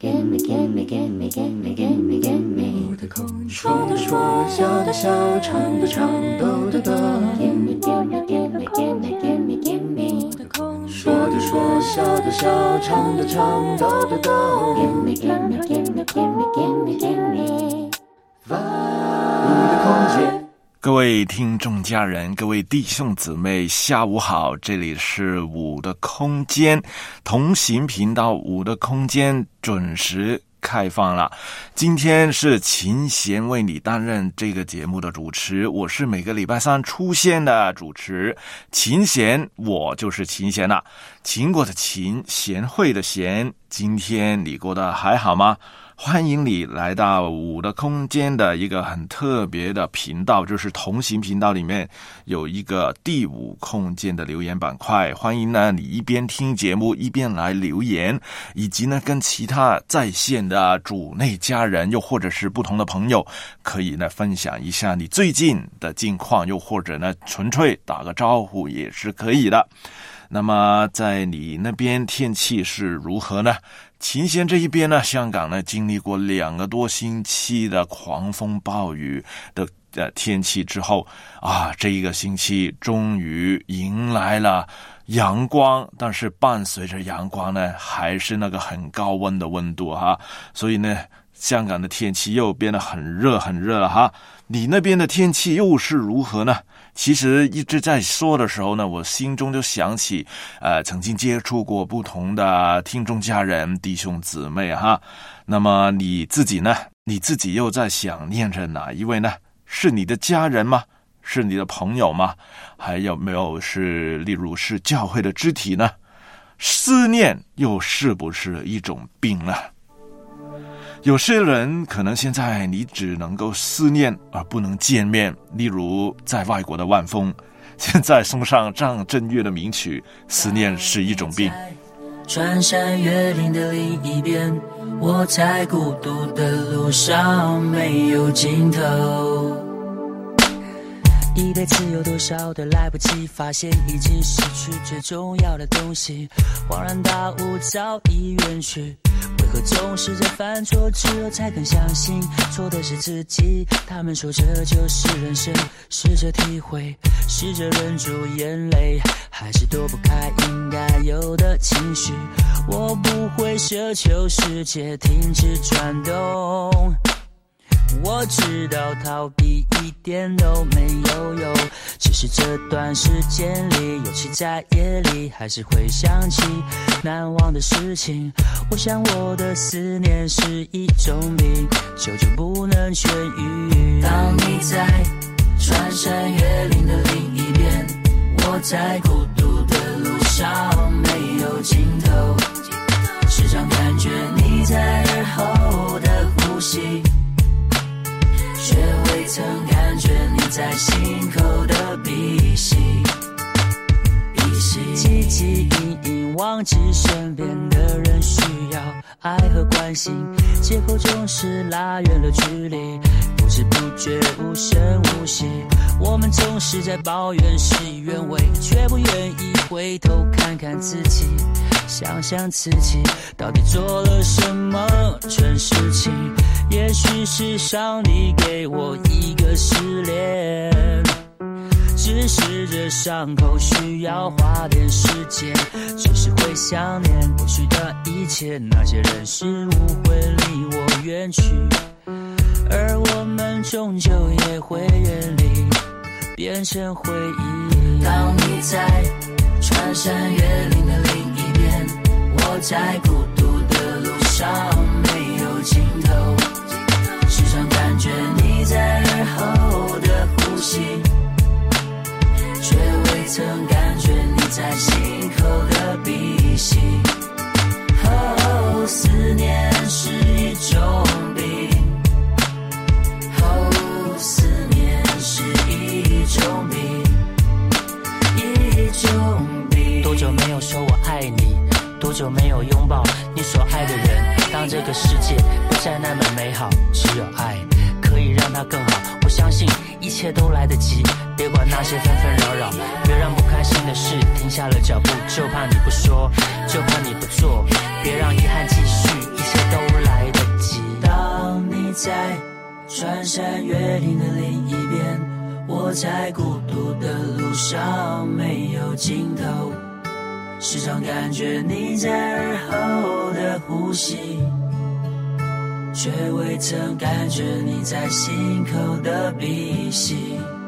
Gimme, gimme, gimme, gimme, gimme, gimme. 说的说，笑的笑，唱的唱，抖的抖。Gimme, gimme, gimme, gimme, gimme, gimme. 说的说，笑的笑，唱的唱，抖的抖。Gimme, gimme, gimme, gimme, gimme, gimme. 我的空间。 各位听众家人，各位弟兄姊妹，下午好，这里是我的空间同行频道，我的空间准时开放了。今天是秦贤为你担任这个节目的主持，我是每个礼拜三出现的主持秦贤，我就是秦贤了。秦国的秦，贤惠的贤。今天你过得还好吗？欢迎你来到我的空间的一个很特别的频道，就是同行频道里面有一个第五空间的留言板块，欢迎呢你一边听节目一边来留言，以及呢跟其他在线的主内家人又或者是不同的朋友可以呢分享一下你最近的近况，又或者呢纯粹打个招呼也是可以的。那么在你那边天气是如何呢？秦贤这一边呢，香港呢经历过2个多星期的狂风暴雨的天气之后啊，这一个星期终于迎来了阳光，但是伴随着阳光呢，还是那个很高温的温度哈，所以呢，香港的天气又变得很热很热了哈。你那边的天气又是如何呢？其实一直在说的时候呢，我心中就想起曾经接触过不同的听众家人弟兄姊妹哈。那么你自己呢？你自己又在想念着哪一位呢？是你的家人吗？是你的朋友吗？还有没有是例如是教会的肢体呢？思念又是不是一种病呢？有些人可能现在你只能够思念而不能见面，例如在外国的万峰，现在送上张震岳的名曲《思念是一种病》。 穿山越岭的另一边，我在孤独的路上没有尽头。一辈子有多少的来不及发现，已经失去最重要的东西，恍然大悟早已远去。为何总是在犯错之后才更相信错的是自己？他们说这就是人生，试着体会，试着忍住眼泪，还是躲不开应该有的情绪。我不会奢求世界停止转动，我知道逃避一点都没有用，只是这段时间里，尤其在夜里，还是会想起难忘的事情。我想我的思念是一种病，久久不能痊愈。当你在穿山越岭的另一边，我在孤独的路上没有尽头，时常感觉你在耳后的呼吸，却未曾感觉你在心口的鼻息。汲汲营营忘记身边的人需要爱和关心，借口总是拉远了距离，不知不觉无声无息。我们总是在抱怨事与愿违，却不愿意回头看看自己，想想自己到底做了什么蠢事情。也许是上帝给我一个失恋，只是这伤口需要花点时间，只是会想念过去的一切，那些人事物会离我远去，而我们终究也会远离，变成回忆。当你在穿山越岭的另一边，我在孤独的路上没有尽头，时常感觉你在耳后的呼吸，却未曾感觉你在心口的鼻息。哦，思念是一种病，哦，思念是一种病，一种病。多久没有说我爱你？多久没有拥抱你所爱的人？当这个世界不再那么美好，只有爱可以让它更好。我相信一切都来得及，别管那些纷纷扰扰，别让不开心的事停下了脚步，就怕你不说，就怕你不做，别让遗憾继续，一切都在穿山越岭的另一边，我在孤独的路上没有尽头，时常感觉你在耳后的呼吸，却未曾感觉你在心口的鼻息。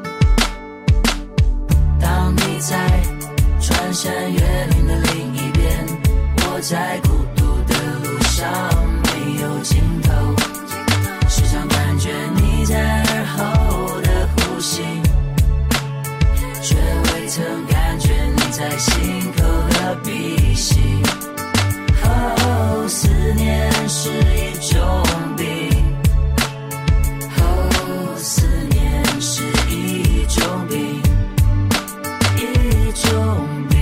当你在穿山越岭的另一边，我在孤独的路上没有尽头，时常感觉你在耳后的呼吸，却未曾感觉你在心口的鼻息。哦，思念是一种病，哦，思念是一种病，一种病。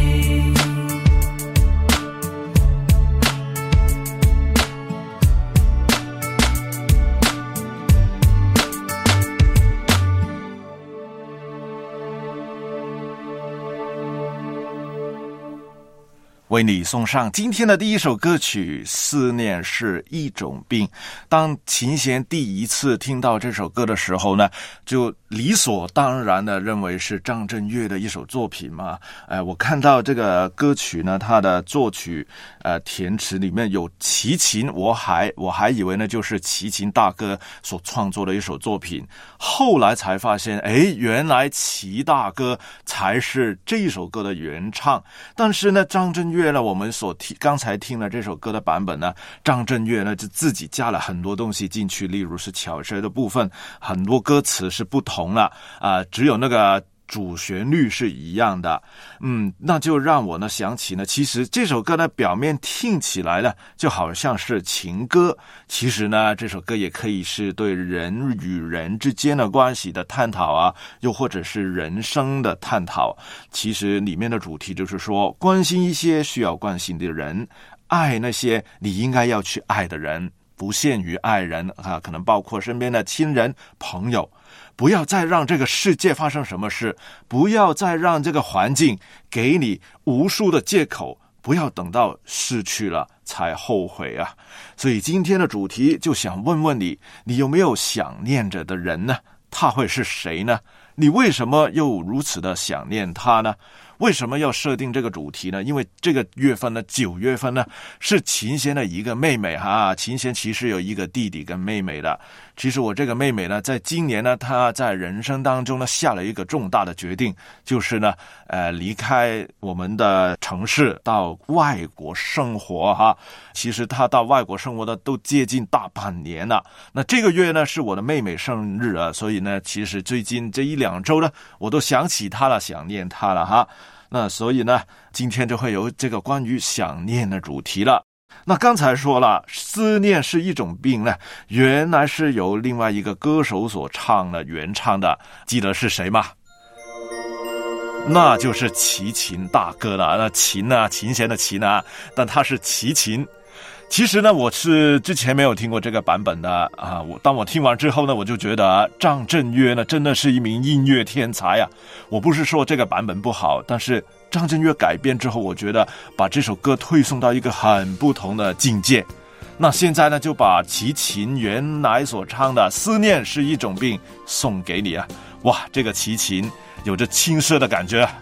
为你送上今天的第一首歌曲《思念是一种病》。当琴弦第一次听到这首歌的时候呢，就理所当然的认为是张震岳的一首作品嘛。我看到这个歌曲呢，它的作曲填词里面有齐秦，我还以为呢就是齐秦大哥所创作的一首作品，后来才发现原来齐大哥才是这首歌的原唱。但是呢，张震岳呢，我们刚才听了这首歌的版本呢，张震岳呢就自己加了很多东西进去，例如是巧舌的部分，很多歌词是不同了只有那个主旋律是一样的。那就让我呢想起呢，其实这首歌呢表面听起来呢就好像是情歌，其实呢这首歌也可以是对人与人之间的关系的探讨啊，又或者是人生的探讨。其实里面的主题就是说，关心一些需要关心的人，爱那些你应该要去爱的人，不限于爱人可能包括身边的亲人朋友。不要再让这个世界发生什么事，不要再让这个环境给你无数的借口，不要等到失去了才后悔啊。所以今天的主题就想问问你，你有没有想念着的人呢？他会是谁呢？你为什么又如此的想念他呢？为什么要设定这个主题呢？因为这个月份呢，9月份呢，是琴弦的一个妹妹琴弦其实有一个弟弟跟妹妹的。其实我这个妹妹呢，在今年呢，她在人生当中呢，下了一个重大的决定，就是呢，离开我们的城市到外国生活其实她到外国生活的都接近大半年了。那这个月呢，是我的妹妹生日所以呢，其实最近这1-2周呢，我都想起她了，想念她了那所以呢，今天就会有这个关于想念的主题了。那刚才说了，思念是一种病呢，原来是由另外一个歌手所唱的原唱的，记得是谁吗？那就是齐秦大哥了。那秦琴弦的琴但他是齐秦。其实呢，我是之前没有听过这个版本的当我听完之后呢，我就觉得张震岳呢真的是一名音乐天才我不是说这个版本不好，但是张震岳改编之后，我觉得把这首歌推送到一个很不同的境界。那现在呢，就把齐秦原来所唱的《思念是一种病》送给你哇，这个齐秦有着青涩的感觉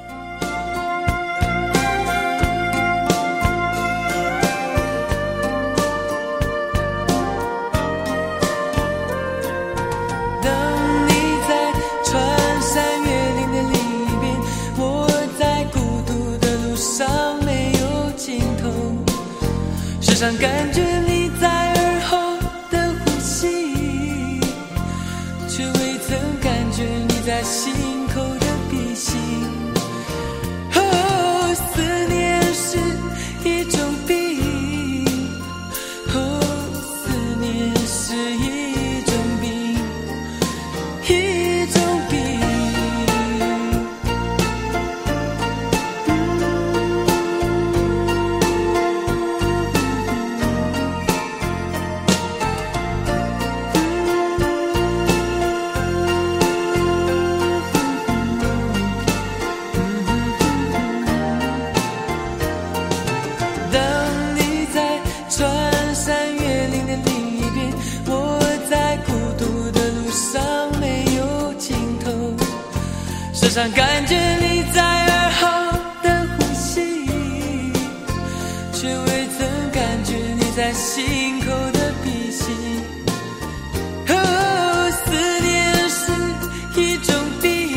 时常感觉你在耳后的呼吸，却未曾感觉你在心口的鼻息。哦，思念是一种病，哦，思念是一种病，一种病。 上感觉你在耳后的呼吸，却未曾感觉你在心口的鼻息。思念是一种病，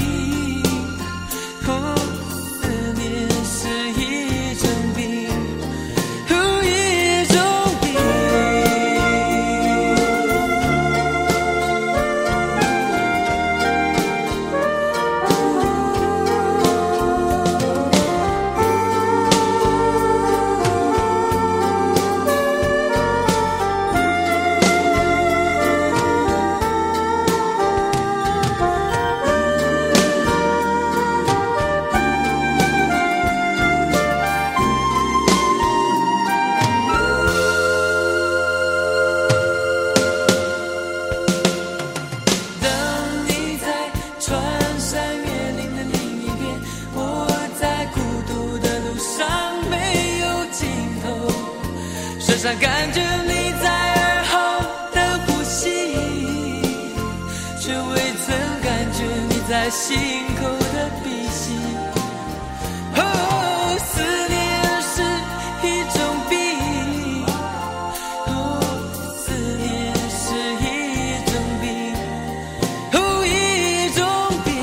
思念是一种病，一种病。身上感觉你在耳后的呼吸，却未曾感觉你在心口的鼻息。思念是一种病，思念是一种病，一种病。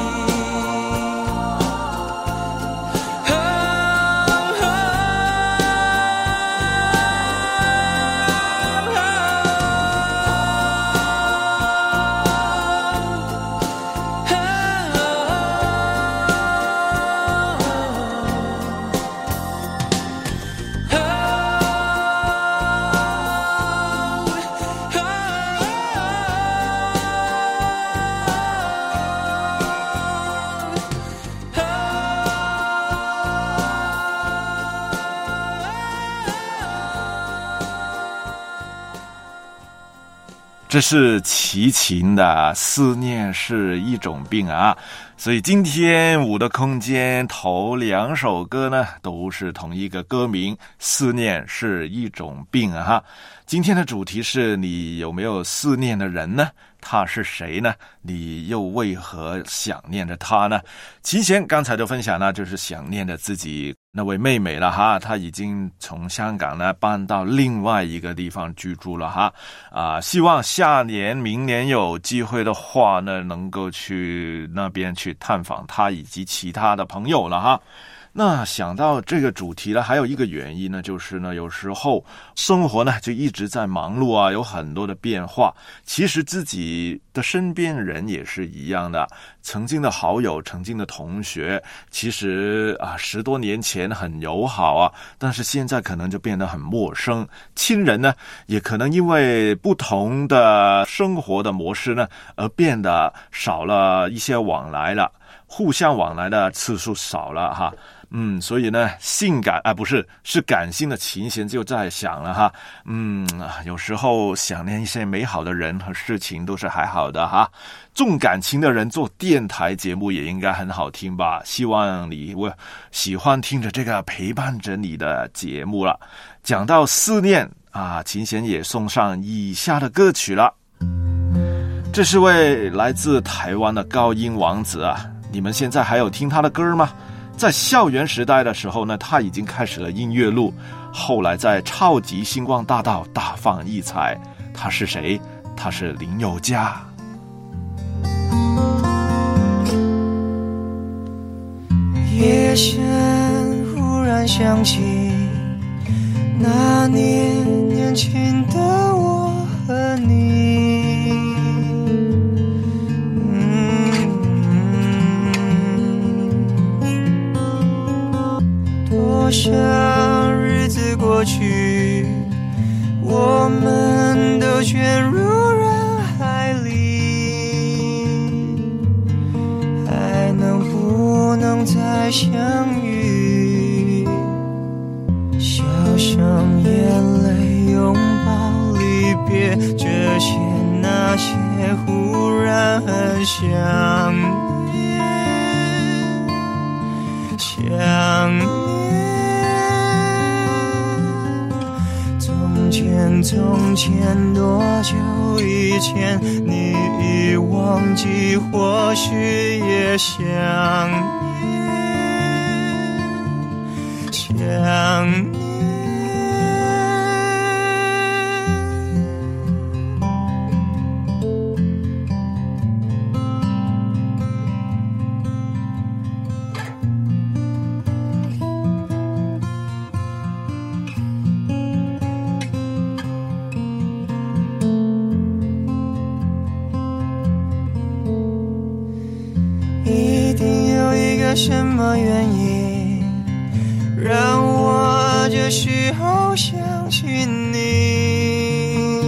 这是齐秦的思念是一种病啊，所以今天我的空间头2首歌呢都是同一个歌名，思念是一种病啊。今天的主题是你有没有思念的人呢？他是谁呢？你又为何想念着他呢？齐贤刚才的分享呢，就是想念着自己那位妹妹了哈，她已经从香港呢搬到另外一个地方居住了哈，希望下年明年有机会的话呢，能够去那边去探访她以及其他的朋友了哈。那想到这个主题呢，还有一个原因呢，就是呢，有时候生活呢就一直在忙碌啊，有很多的变化。其实自己的身边人也是一样的，曾经的好友、曾经的同学，其实10多年前很友好啊，但是现在可能就变得很陌生。亲人呢，也可能因为不同的生活的模式呢，而变得少了一些往来了，互相往来的次数少了哈。所以呢，是感性的琴弦就在想了哈。有时候想念一些美好的人和事情都是还好的哈。重感情的人做电台节目也应该很好听吧？希望你喜欢听着这个陪伴着你的节目了。讲到思念琴弦也送上以下的歌曲了。这是位来自台湾的高音王子啊，你们现在还有听他的歌吗？在校园时代的时候呢，他已经开始了音乐路，后来在超级星光大道大放异彩。他是谁？他是林宥嘉。 夜深忽然想起那年年轻的我和你，多少日子过去，我们都卷入人海里，还能不能再相遇？笑上眼泪，拥抱离别，这些那些忽然很想念，想念从前前从前多久以前，你已忘记或许也想念，想念。什么原因让我这时候想起你？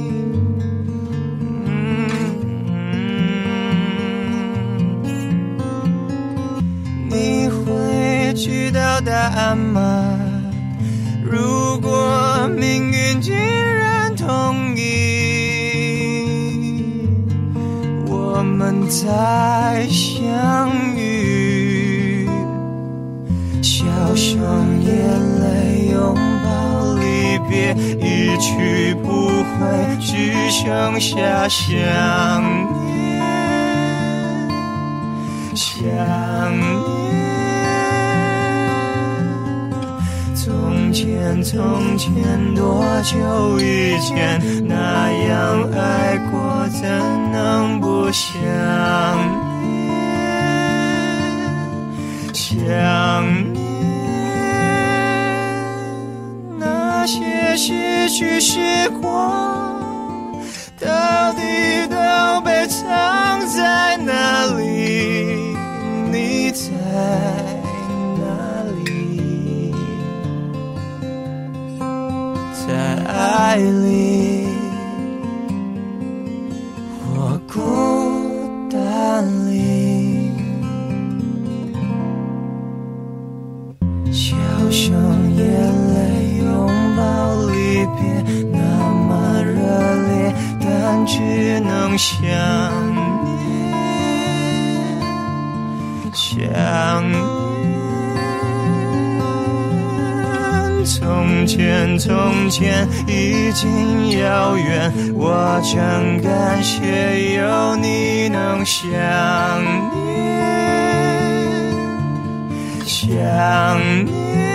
你会知道答案吗？如果命运竟然同意，我们再相遇，笑上眼泪，拥抱离别，一去不回，只剩下想念，想念。从前从前多久以前，那样爱过，怎能不想念，想念。那些失去时光，到底都被藏在哪里？你在哪里？在爱里，或孤单里，笑声眼泪，拥抱离别，那么热烈，但只能想念，想念。从前从前已经遥远，我真感谢有你能想念，想念。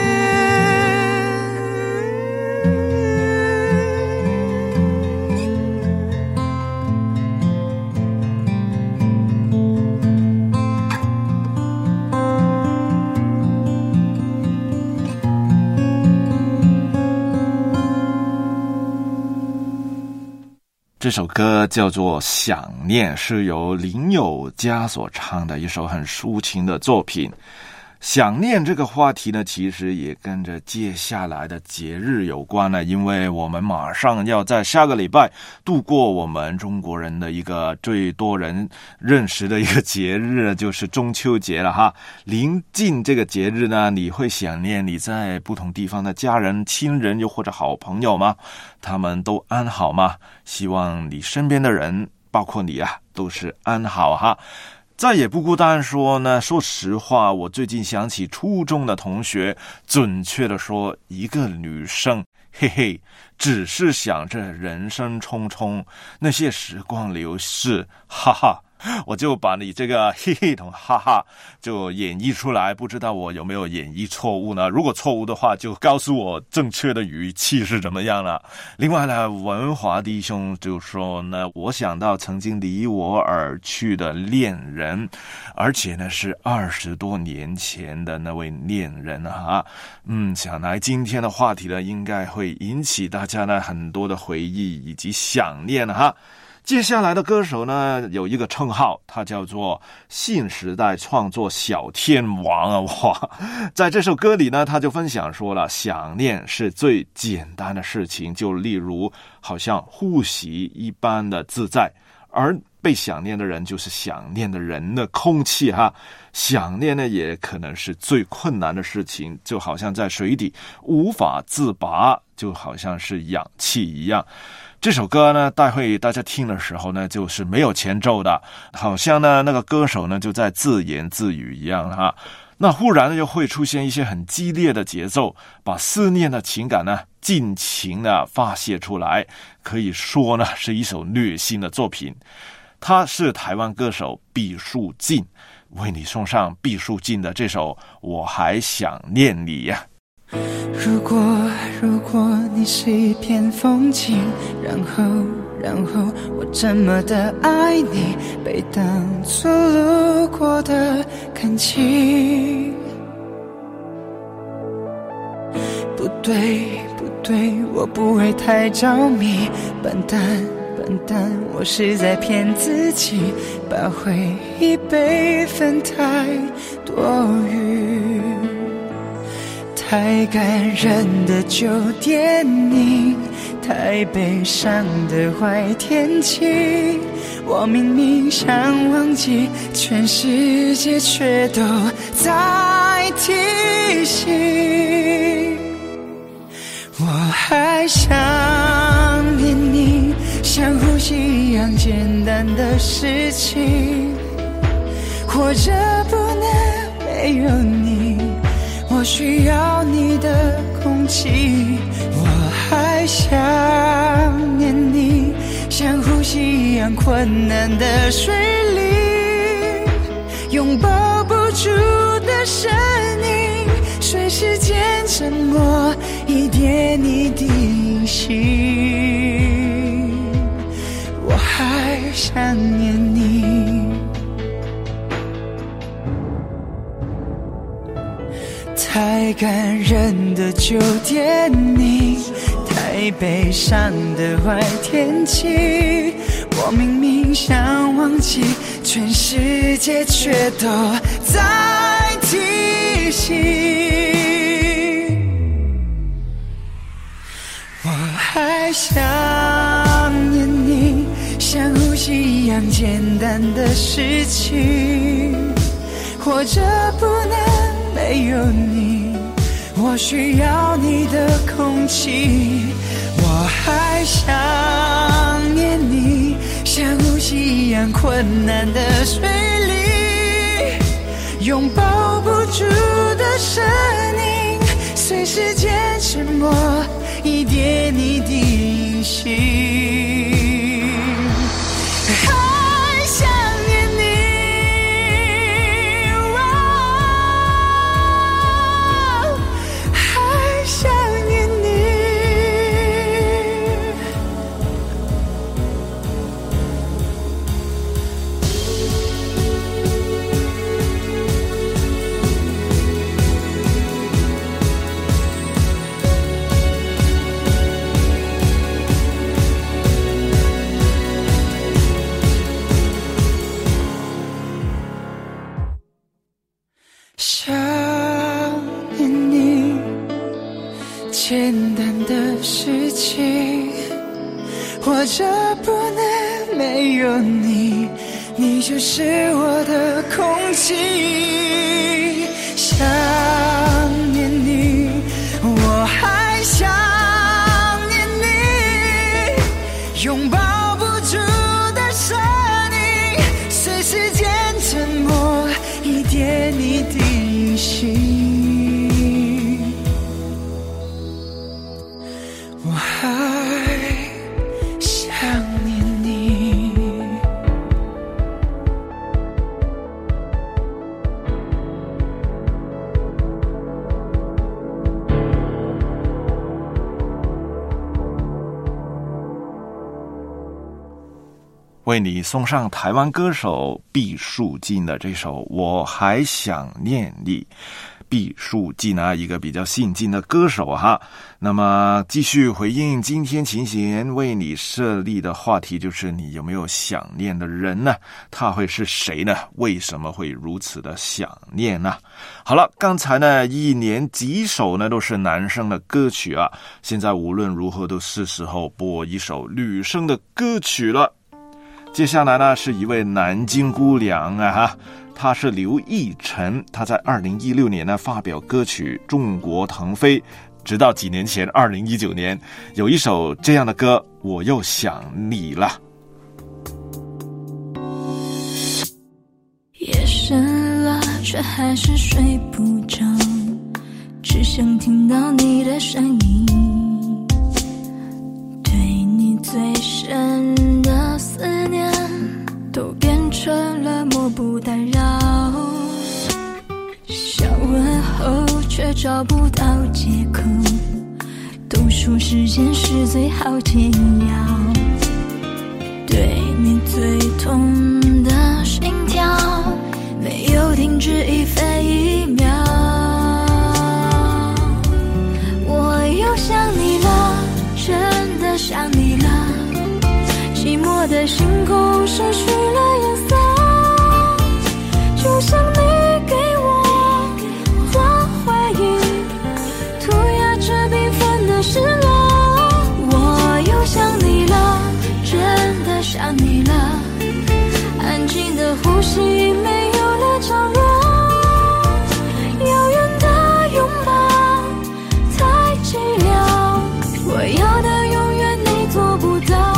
这首歌叫做《想念》，是由林宥嘉所唱的一首很抒情的作品。想念这个话题呢，其实也跟着接下来的节日有关了，因为我们马上要在下个礼拜度过我们中国人的一个最多人认识的一个节日，就是中秋节了哈。临近这个节日呢，你会想念你在不同地方的家人、亲人，又或者好朋友吗？他们都安好吗？希望你身边的人，包括你啊，都是安好哈。再也不孤单说呢，说实话，我最近想起初中的同学，准确的说一个女生，嘿嘿，只是想着人生匆匆，那些时光流逝，哈哈，我就把你这个嘿嘿同哈哈就演绎出来，不知道我有没有演绎错误呢？如果错误的话，就告诉我正确的语气是怎么样了。另外呢，文华弟兄就说呢，我想到曾经离我而去的恋人，而且呢是20多年前的那位恋人啊。想来今天的话题呢，应该会引起大家呢很多的回忆以及想念哈。接下来的歌手呢，有一个称号，他叫做新时代创作小天王啊！哇，在这首歌里呢，他就分享说了，想念是最简单的事情，就例如好像呼吸一般的自在，而被想念的人就是想念的人的空气哈。想念呢，也可能是最困难的事情，就好像在水底无法自拔，就好像是氧气一样。这首歌呢，待会大家听的时候呢，就是没有前奏的，好像呢那个歌手呢就在自言自语一样哈。那忽然就会出现一些很激烈的节奏，把思念的情感呢尽情的发泄出来，可以说呢是一首虐心的作品。他是台湾歌手毕书尽，为你送上毕书尽的这首《我还想念你》呀。 如果你是一片风景，然后我这么的爱你，被当作路过的感情。不对，我不会太着迷，笨蛋，我是在骗自己，把回忆备份太多余。太感人的旧电影，太悲伤的坏天气，我明明想忘记，全世界却都在提醒。我还想念你，像呼吸一样简单的事情，活着不能没有你，我需要你的空气。我还想念你，像呼吸一样困难的水里，拥抱不住的声音，随时间沉默，一点一滴醒。我还想念你。太感人的旧电影，太悲伤的坏天气，我明明想忘记，全世界却都在提醒。我还想念你，像呼吸一样简单的事情，活着不能没有你，我需要你的空气。我还想念你，像呼吸一样困难的水里，拥抱不住的声音，随时间沉默，一点一滴醒。想念你，简单的事情，活着不能没有你，你就是我的空气。想念你，我还想念你，拥抱不住的声音，随时间沉默，一点一滴醒。我还想念你。 为你送上台湾歌手毕书尽的这首《我还想念你》。毕书尽啊，一个比较新晋的歌手哈。那么继续回应今天琴弦为你设立的话题，就是你有没有想念的人呢？他会是谁呢？为什么会如此的想念呢？好了，刚才呢一连几首呢都是男生的歌曲啊，现在无论如何都是时候播一首女生的歌曲了。接下来呢是一位南京姑娘啊哈，她是刘奕晨，她在2016年呢发表歌曲《中国腾飞》，直到几年前2019年有一首这样的歌，我又想你了。 夜深了却还是睡不着，只想听到你的声音， 最深的思念都变成了漠不打扰，想问候却找不到借口，都说时间是最好解药，对你最痛的心跳没有停止一分一秒，我又想你了，真的想你了，寂寞的星空失去了颜色，就像你给我的回忆涂鸦着缤纷的失落，我又想你了，真的想你了，安静的呼吸没有了角落，遥远的拥抱太寂寥，我要的永远你做不到。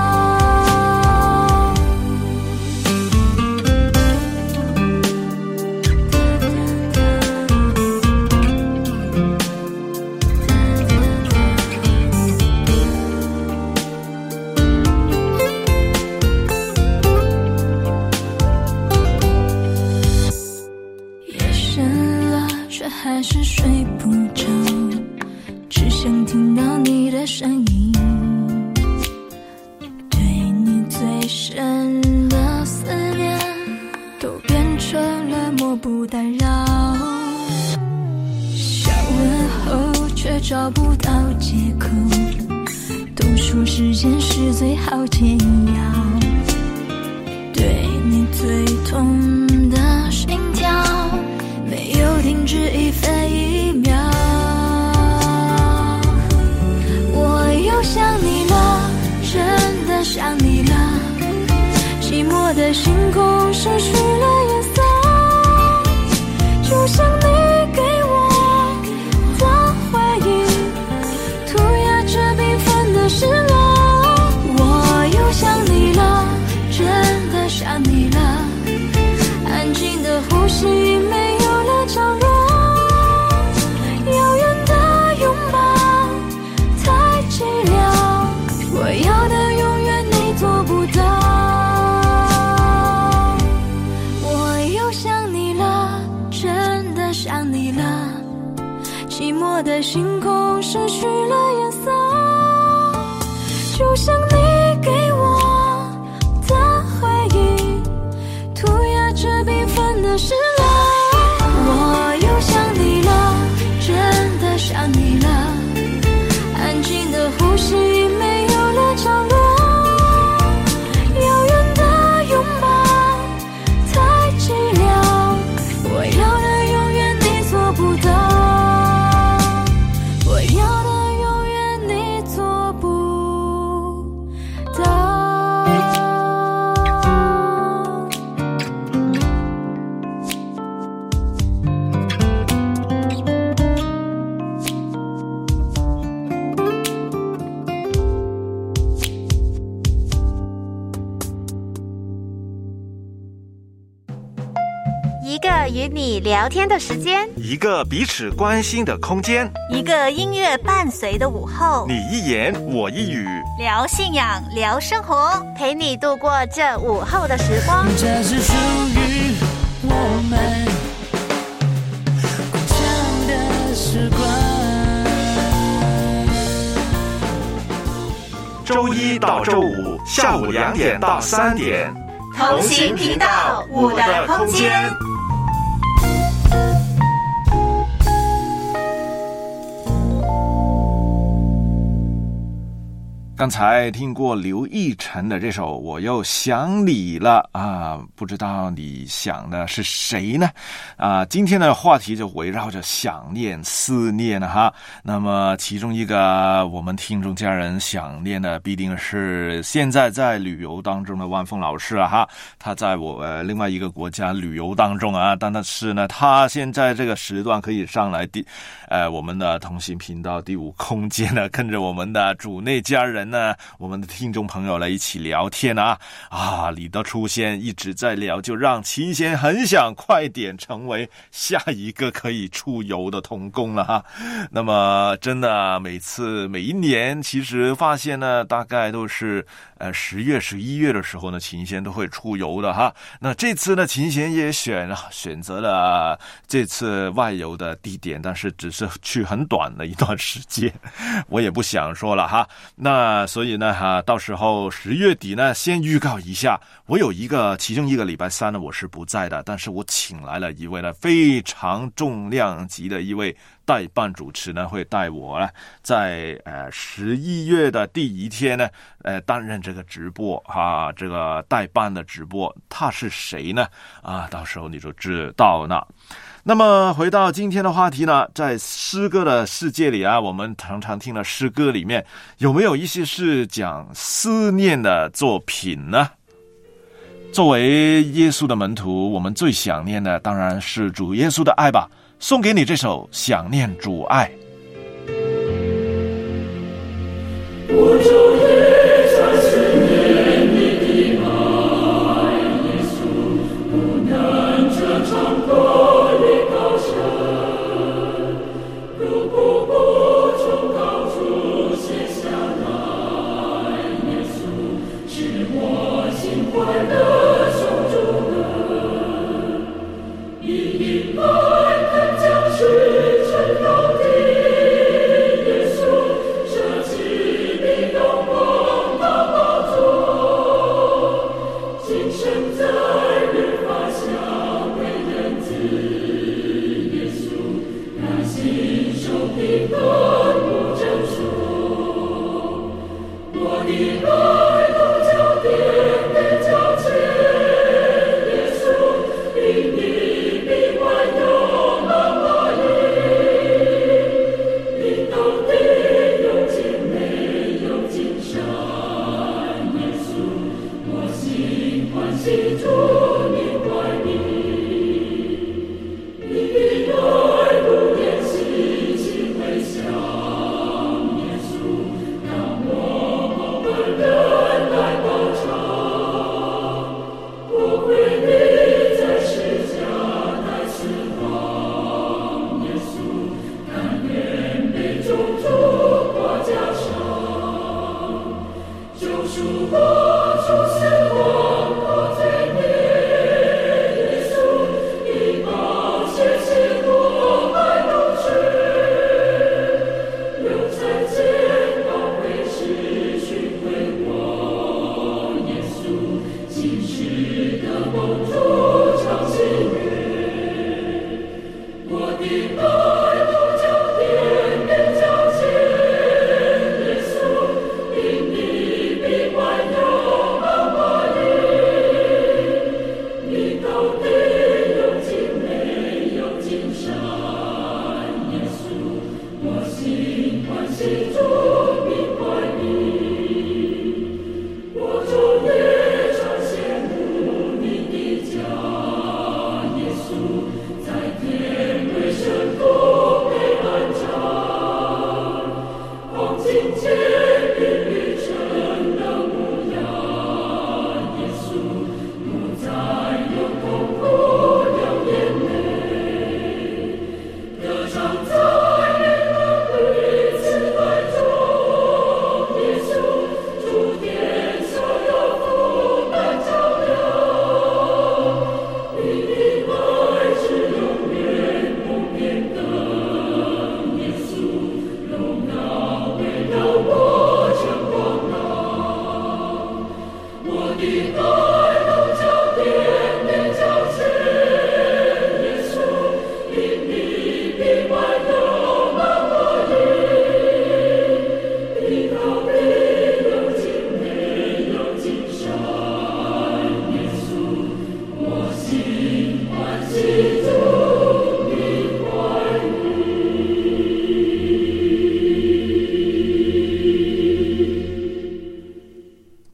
夜深了，却还是睡不着，只想听到你的声音，对你最深的思念都变成了漠不打扰，想问候却找不到借口，都说时间是最好解药，对你最痛的心跳没有停止一分一秒，我又想你了，真的想你了，寂寞的星空失去了颜色，就像你给我的回忆涂鸦着缤纷的失落，我又想你了，真的想你了，安静的呼吸没有了角落，遥远的拥抱太寂寥，我要的永远你做不到，我又想你了，真的想你了，寂寞的星空失去了颜色，就像你给我的回忆涂鸦着缤纷的失落，我又想你了，真的想你了，安静的呼吸没有了角落，遥远的拥抱太寂寥，我要的永远你做不到，我要的永远你做不到。 一个与你聊天的时间， 一个彼此关心的空间， 一个音乐伴随的午后， 你一言我一语， 聊信仰，聊生活，陪你度过这午后的时光。 这是属于我们共享的时光。 周一到周五下午2点到3点， 同行频道我的空间。 刚才听过刘奕晨的这首《我又想你了》啊，不知道你想的是谁呢？今天的话题就围绕着想念、思念哈。那么其中一个我们听众家人想念的，必定是现在在旅游当中的万峰老师哈。他在另外一个国家旅游当中啊，但是呢，他现在这个时段可以上来我们的同行频道第5空间呢，跟着我们的主内家人人呢，我们的听众朋友来一起聊天啊，你的出现一直在聊，就让秦贤很想快点成为下一个可以出游的童工了哈。那么真的每一年其实发现呢，大概都是10月11月的时候呢，秦贤都会出游的哈。那这次呢，秦贤也选择了这次外游的地点，但是只是去很短的一段时间，我也不想说了哈。那所以呢到时候10月底呢，先预告一下，我有其中一个礼拜三呢我是不在的，但是我请来了一位呢非常重量级的一位代办主持呢，会带我呢在11月的第一天呢担任这个直播这个代办的直播，他是谁呢到时候你就知道了。那么回到今天的话题呢，在诗歌的世界里我们常常听的诗歌里面，有没有一些是讲思念的作品呢？作为耶稣的门徒，我们最想念的当然是主耶稣的爱吧，送给你这首《想念主爱》。 我昼夜在思念你的爱，耶稣不能这长过于高山，如瀑布从高处泻下来，耶稣是我心怀的手中人，你的爱能将世尘绕地。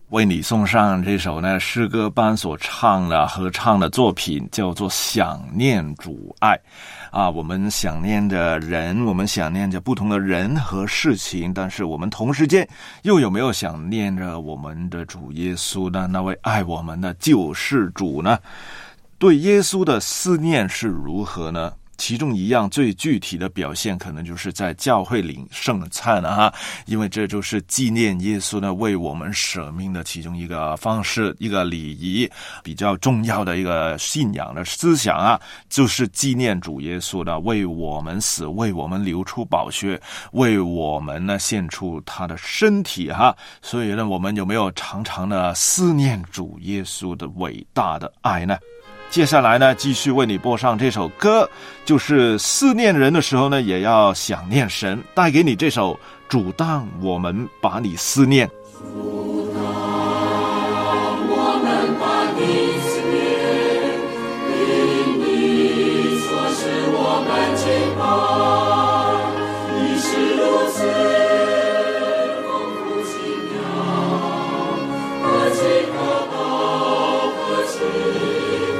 为你送上这首呢诗歌班所唱的合唱的作品，叫做《想念主爱》啊。我们想念着人，我们想念着不同的人和事情，但是我们同时间又有没有想念着我们的主耶稣呢？那位爱我们的救世主呢？对耶稣的思念是如何呢？其中一样最具体的表现可能就是在教会领圣餐啊，因为这就是纪念耶稣呢为我们舍命的其中一个方式，一个礼仪，比较重要的一个信仰的思想啊，就是纪念主耶稣呢为我们死，为我们流出宝血，为我们呢献出他的身体哈。所以呢，我们有没有常常的思念主耶稣的伟大的爱呢？接下来呢，继续为你播上这首歌，就是思念人的时候呢，也要想念神，带给你这首《主当我们把你思念》。 主当我们把你思念，因你所使我们敬拜，你是如此丰富奇妙，何其可靠，何其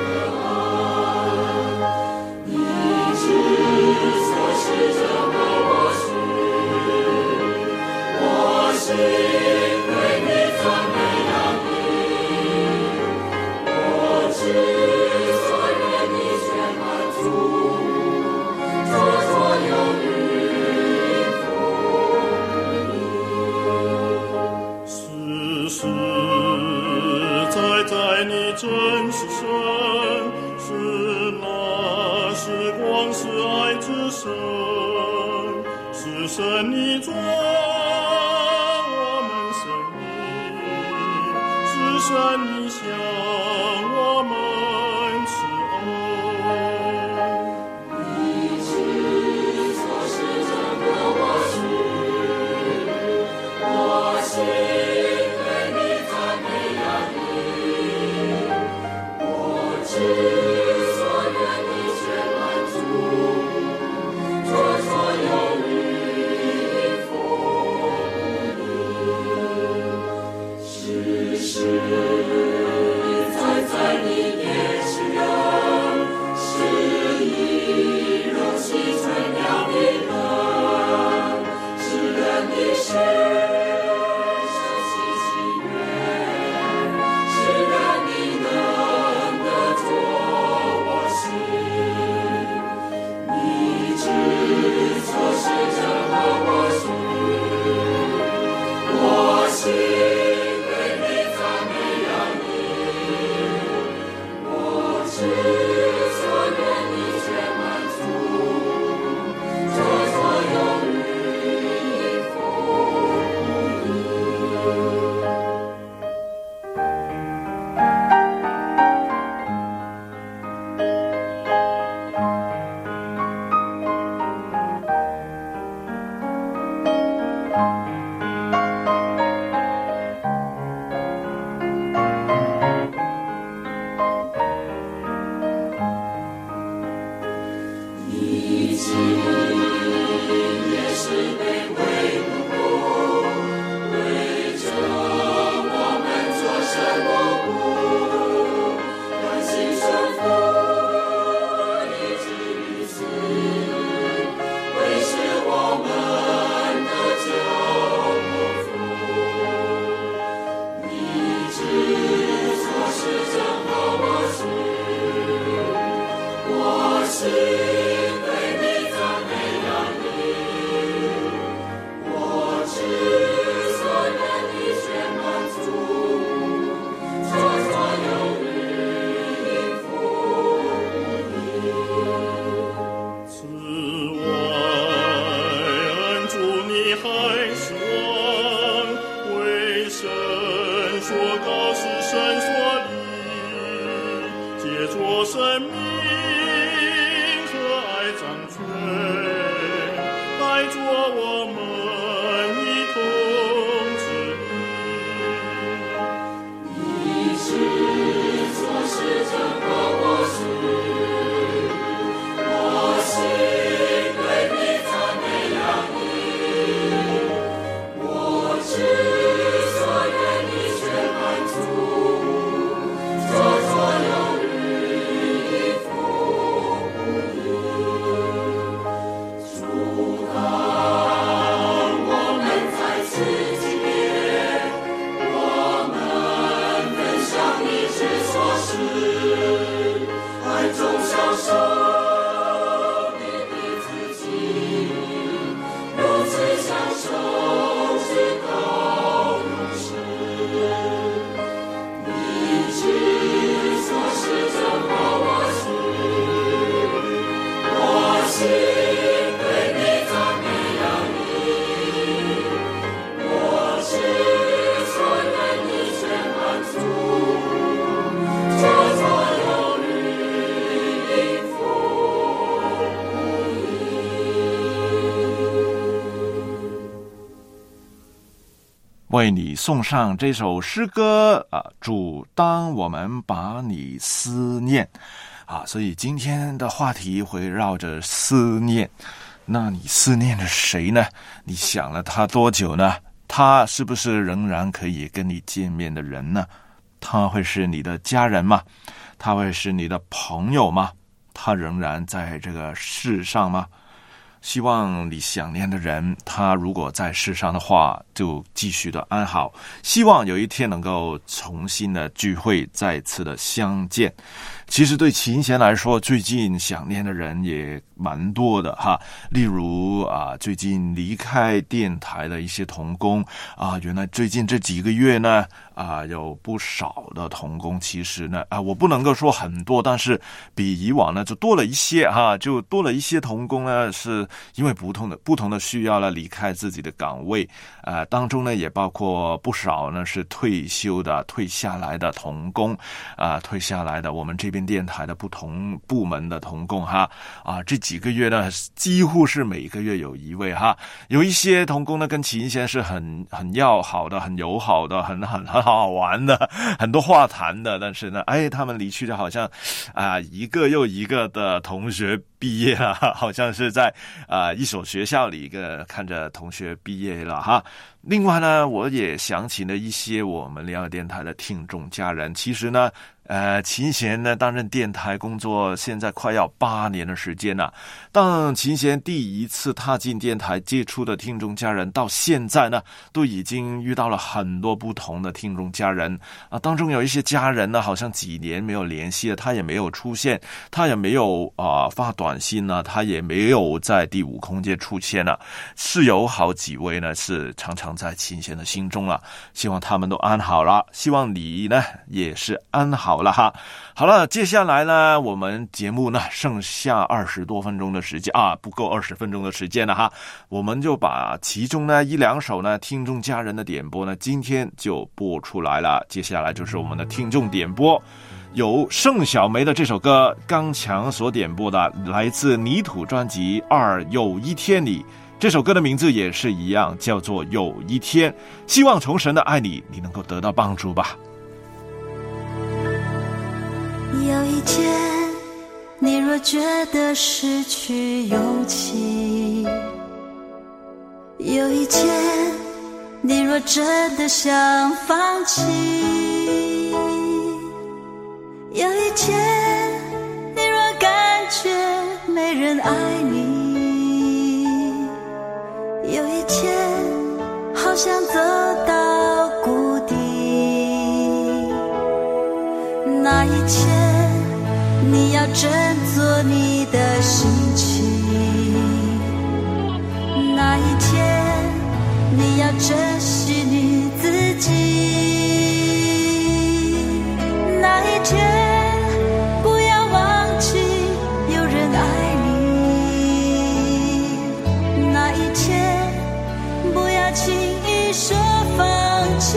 真是神，是那是光是爱之神，是神你做我们生命，是神你向我们慈爱。你之所是真和我许，我心之所愿你全满足，做所有与福音，实实在在你也是人，是以如其纯良的人，是人的事。 为你送上这首诗歌主，当我们把你思念所以今天的话题围绕着思念。那你思念着谁呢？你想了他多久呢？他是不是仍然可以跟你见面的人呢？他会是你的家人吗？他会是你的朋友吗？他仍然在这个世上吗？希望你想念的人，他如果在世上的话，就继续的安好。希望有一天能够重新的聚会，再次的相见。其实对琴弦来说，最近想念的人也蛮多的例如最近离开电台的一些同工原来最近这几个月呢有不少的同工，其实呢我不能够说很多，但是比以往呢就多了一些就多了一些同工呢，是因为不同的需要了离开自己的岗位当中呢也包括不少呢是退休的退下来的同工退下来的我们这边电台的不同部门的同工这几个月呢几乎是每个月有一位有一些同工呢跟琴弦是很要好的，很友好的，很好玩的，很多话谈的，但是呢他们离去的好像一个又一个的同学毕业了，好像是在一所学校里看着同学毕业了另外呢，我也想起了一些我们联合电台的听众家人。其实呢琴弦呢担任电台工作现在快要8年的时间了。当琴弦第一次踏进电台接触的听众家人，到现在呢都已经遇到了很多不同的听众家人当中有一些家人呢好像几年没有联系了，他也没有出现，他也没有发短信呢，他也没有在第5空间出现了。是有好几位呢是常常在琴弦的心中了，希望他们都安好了，希望你呢也是安好了好了，接下来呢我们节目呢剩下20多分钟的时间不够20分钟的时间了我们就把其中呢1-2首呢听众家人的点播呢今天就播出来了。接下来就是我们的听众点播，由盛小梅的这首歌刚强所点播的，来自泥土专辑2有一天里，这首歌的名字也是一样，叫做有一天。希望从神的爱里你能够得到帮助吧。 有一天你若觉得失去勇气，有一天你若真的想放弃，有一天你若感觉没人爱你，有一天好想走到谷底，那一天你要振作你的心情，那一天你要珍惜你自己，那一天不要忘记有人爱你，那一天不要轻易说放弃。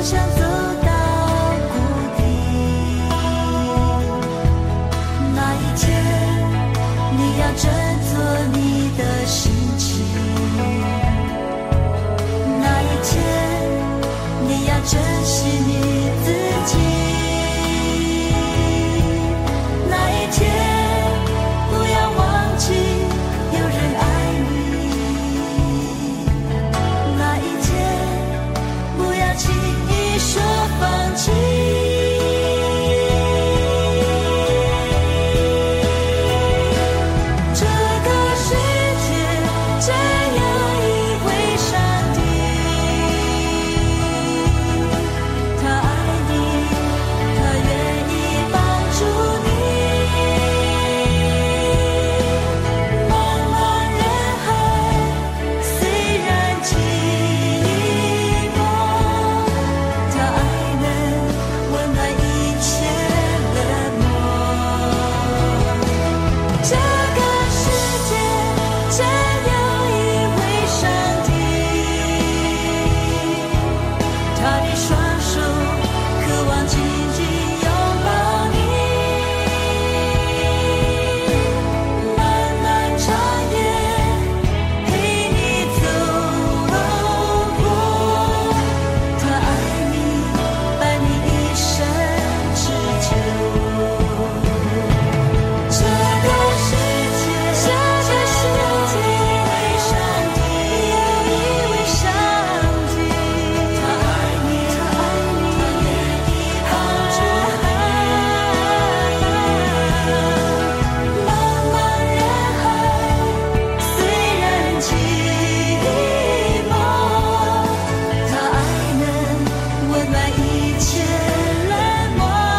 想走到谷底。那一天，你要振作你的心情。那一天，你要珍惜你自己。那一天，不要忘记有人爱你。那一天，不要轻易说放弃。这个世界真有一位上帝，他爱你，他愿意帮助你。茫茫人海，虽然寂寞，他爱能温暖一切冷漠。这个世界真有一位上帝，他的双手渴望紧紧拥抱你。漫漫长夜陪你走过，他爱你，伴你一生之久。这个世界真有一位上帝，有一位上帝，他爱你，他愿意帮助你。茫茫人海，虽然寂寞，他爱能温暖一切冷漠。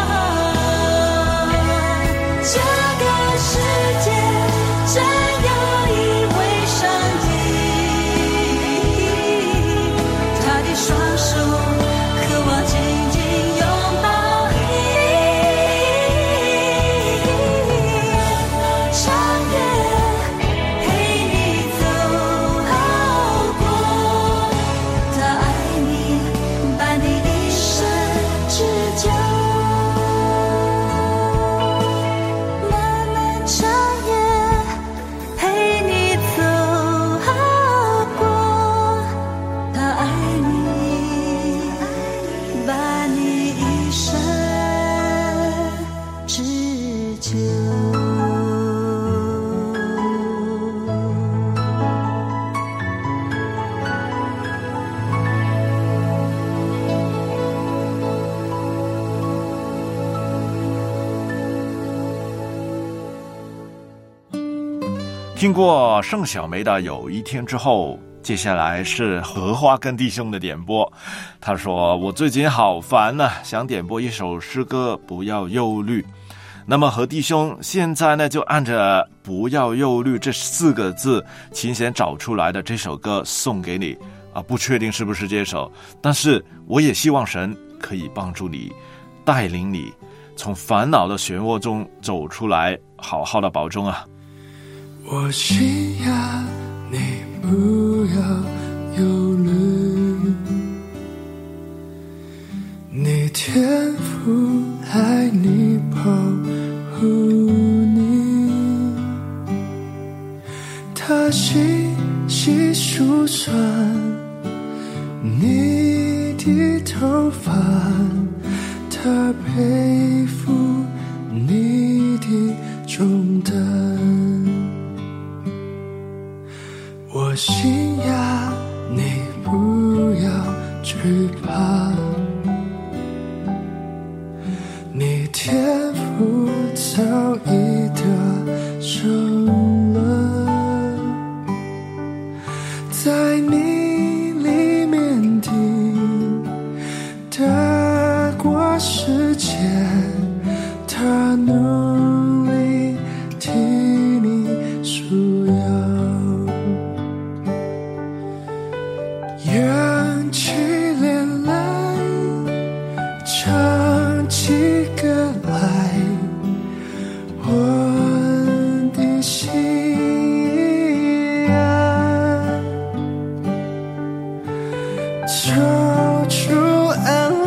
这个世界真有一位上帝，他的双手渴望紧紧拥抱你。长夜陪你走过，他爱你，伴你一生之久。漫漫长夜陪你走过，他爱你，伴你一生之久。 听过盛小梅的《有一天》之后，接下来是荷花跟弟兄的点播。他说：“我最近好烦啊，想点播一首诗歌，不要忧虑。”那么和弟兄现在呢，就按着“不要忧虑”这4个字琴弦找出来的这首歌送给你啊，不确定是不是这首，但是我也希望神可以帮助你，带领你从烦恼的漩涡中走出来，好好的保重啊。 我心呀，你不要忧虑，你天父爱你保护你，他细细数算你的头发，他背负你的重担。我心呀，你不要惧怕，你天父早已得胜了，在你里面的大过世界，他努力替你束腰。扬起脸来，唱起歌来，我的心啊，抽出安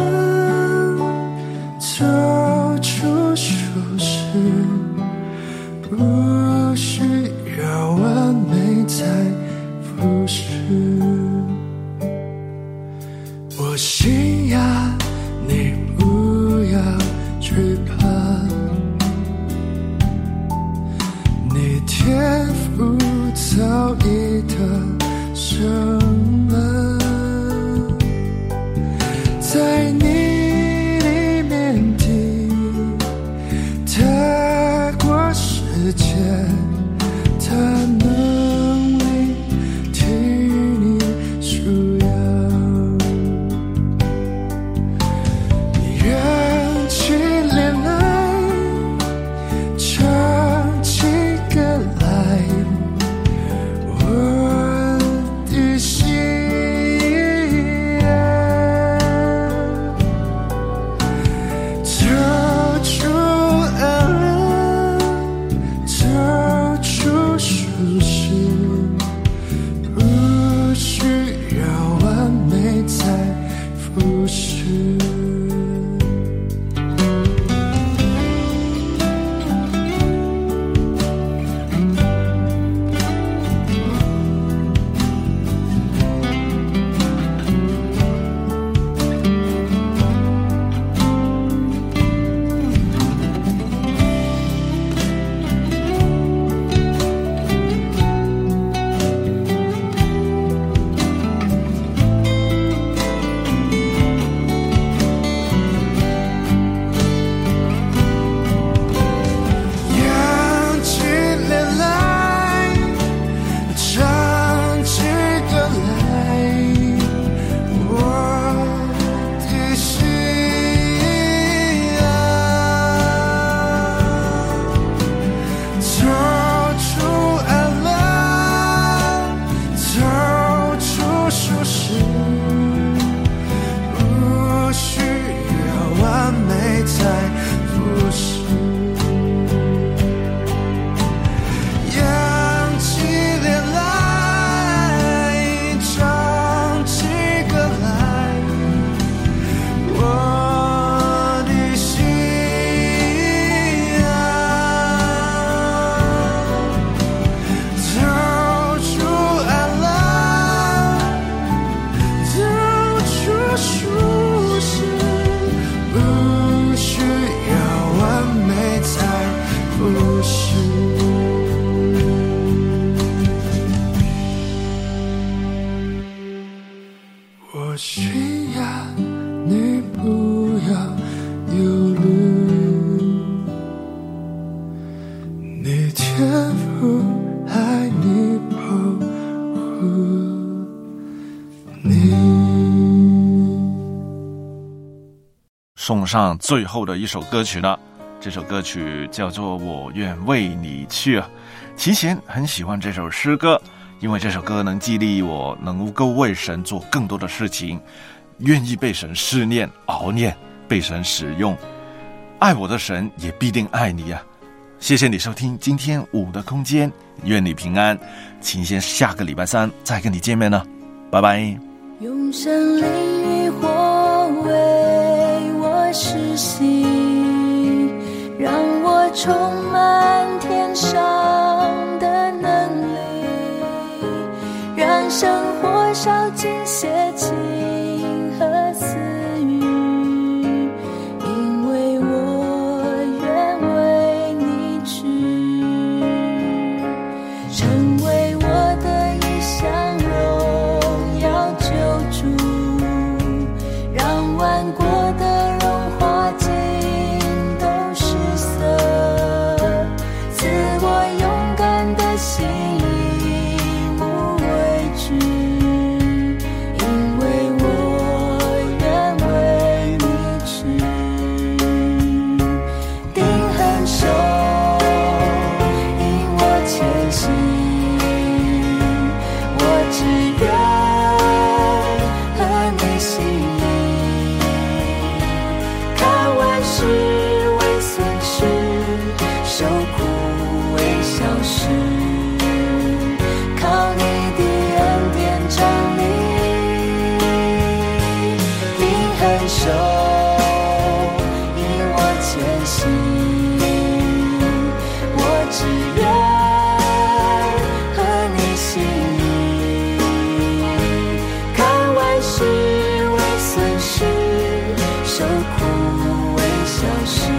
我需要你不要忧虑，你天赋爱你保护你。 送上最后的一首歌曲了，这首歌曲叫做《我愿为你去》啊。齐贤很喜欢这首诗歌，因为这首歌能激励我能够为神做更多的事情，愿意被神试炼熬炼，被神使用。爱我的神也必定爱你啊！谢谢你收听今天5的空间，愿你平安。请先下个礼拜3再跟你见面了，拜拜。 用神灵与火为我施行，让我充满天上的能力，让生活烧尽邪情和私欲，因为我愿为你去，成为我的一项荣耀救主，让万国的荣华尽都失色，赐我勇敢的心，无畏惧，因为我愿为你去，定恒守，引我前行，我只愿和你心意，看万事为损失，受苦为小事，靠你的恩典站立，定恒守，引我前行，我只愿和你心意，看万事为损失，受苦为小事，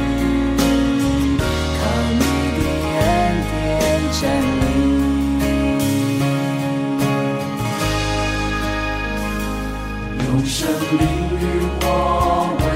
靠你的恩典站立。 用生命与我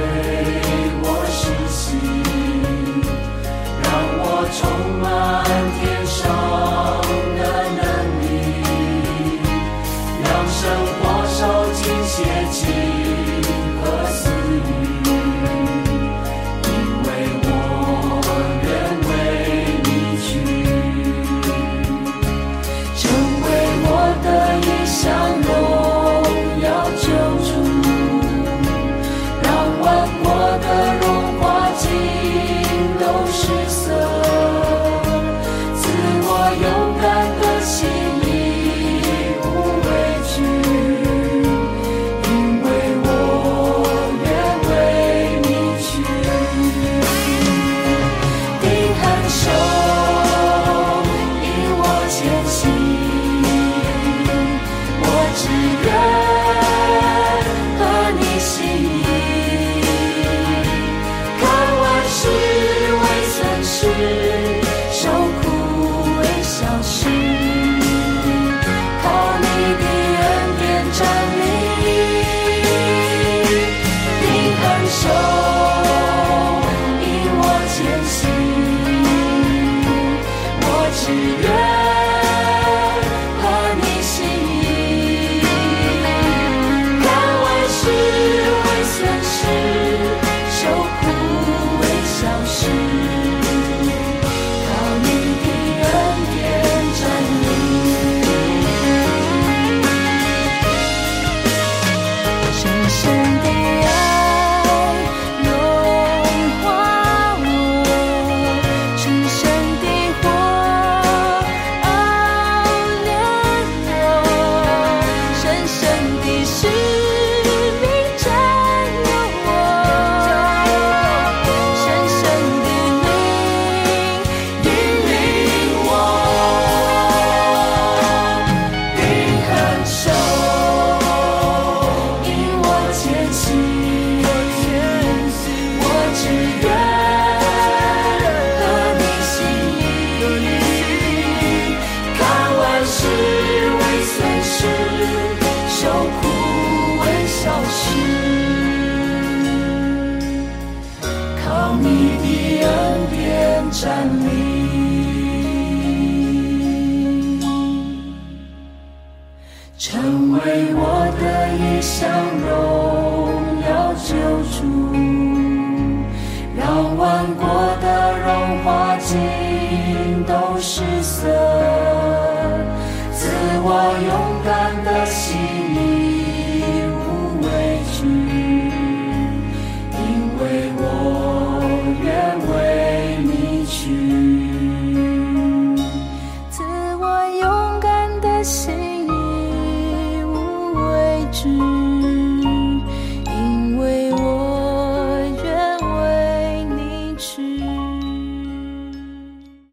主，让万国的荣华尽都失色，赐我勇敢的心，义无畏惧，因为我愿为你去。